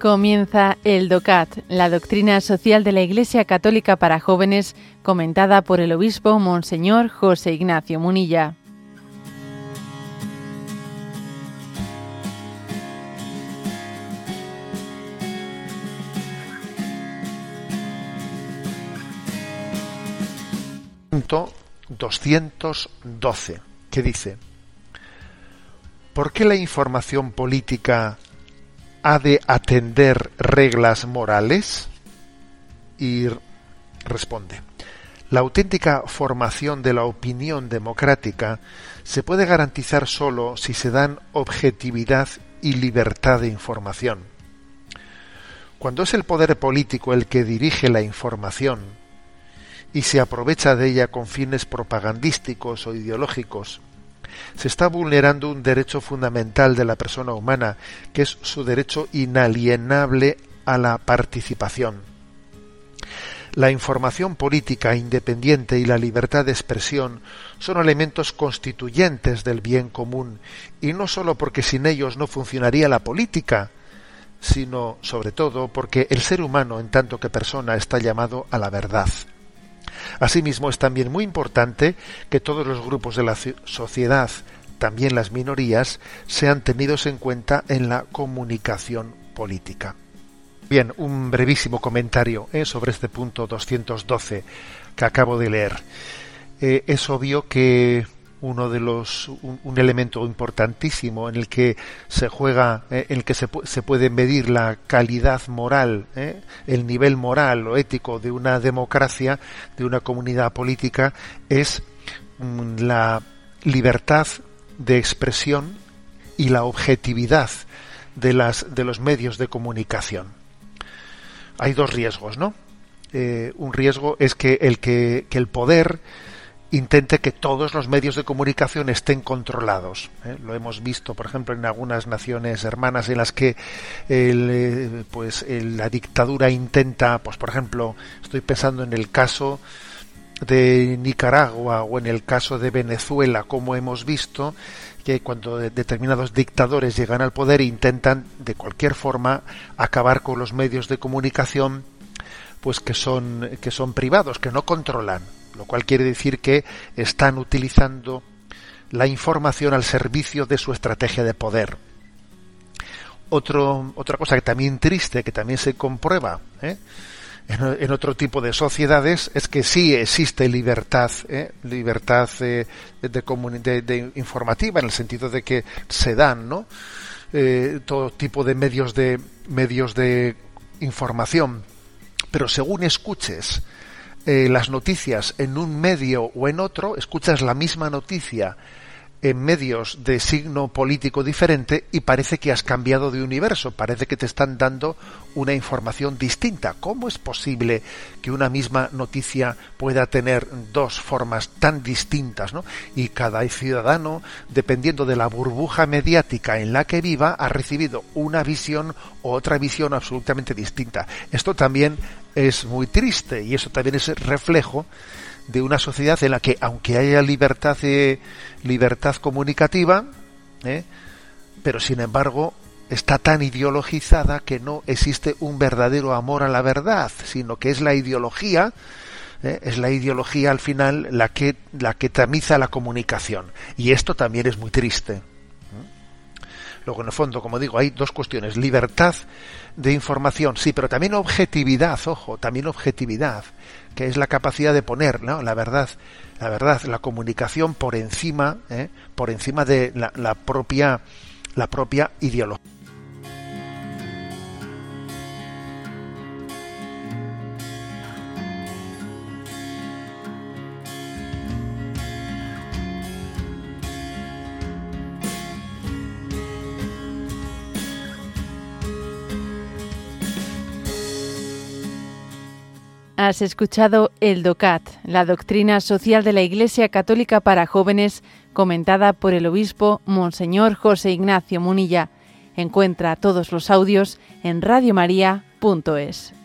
Comienza el DOCAT, la doctrina social de la Iglesia Católica para jóvenes, comentada por el obispo Monseñor José Ignacio Munilla. Punto 212, que dice: ¿por qué la información política ha de atender reglas morales? Y responde: la auténtica formación de la opinión democrática se puede garantizar solo si se dan objetividad y libertad de información. Cuando es el poder político el que dirige la información y se aprovecha de ella con fines propagandísticos o ideológicos, se está vulnerando un derecho fundamental de la persona humana, que es su derecho inalienable a la participación. La información política independiente y la libertad de expresión son elementos constituyentes del bien común, y no sólo porque sin ellos no funcionaría la política, sino sobre todo porque el ser humano, en tanto que persona, está llamado a la verdad. Asimismo, es también muy importante que todos los grupos de la sociedad, también las minorías, sean tenidos en cuenta en la comunicación política. Bien, un brevísimo comentario sobre este punto 212 que acabo de leer. Es obvio que un elemento importantísimo en el que se juega, en el que se puede medir la calidad moral, el nivel moral o ético de una democracia, de una comunidad política, es la libertad de expresión y la objetividad de los medios de comunicación. Hay dos riesgos, ¿no? Un riesgo es que el poder intente que todos los medios de comunicación estén controlados. Lo hemos visto, por ejemplo, en algunas naciones hermanas en las que la dictadura intenta, pues por ejemplo, estoy pensando en el caso de Nicaragua o en el caso de Venezuela, como hemos visto que cuando determinados dictadores llegan al poder intentan de cualquier forma acabar con los medios de comunicación, pues que son privados, que no controlan, lo cual quiere decir que están utilizando la información al servicio de su estrategia de poder. Otra cosa que también triste, que también se comprueba en otro tipo de sociedades, es que sí existe libertad de informativa, en el sentido de que se dan, ¿no?, todo tipo de medios de información, pero según escuches las noticias en un medio o en otro, escuchas la misma noticia en medios de signo político diferente y parece que has cambiado de universo, parece que te están dando una información distinta. ¿Cómo es posible que una misma noticia pueda tener dos formas tan distintas, ¿no? Y cada ciudadano, dependiendo de la burbuja mediática en la que viva, ha recibido una visión o otra visión absolutamente distinta. Esto también es muy triste y eso también es reflejo de una sociedad en la que, aunque haya libertad comunicativa, pero sin embargo está tan ideologizada que no existe un verdadero amor a la verdad, sino que es la ideología al final la que tamiza la comunicación, y esto también es muy triste. Luego, en el fondo, como digo, hay dos cuestiones: libertad de información, sí, pero también objetividad, también objetividad, que es la capacidad de poner, ¿no?, la verdad, la comunicación por encima de la propia ideología. Has escuchado el DOCAT, la doctrina social de la Iglesia Católica para jóvenes, comentada por el obispo Monseñor José Ignacio Munilla. Encuentra todos los audios en radiomaria.es.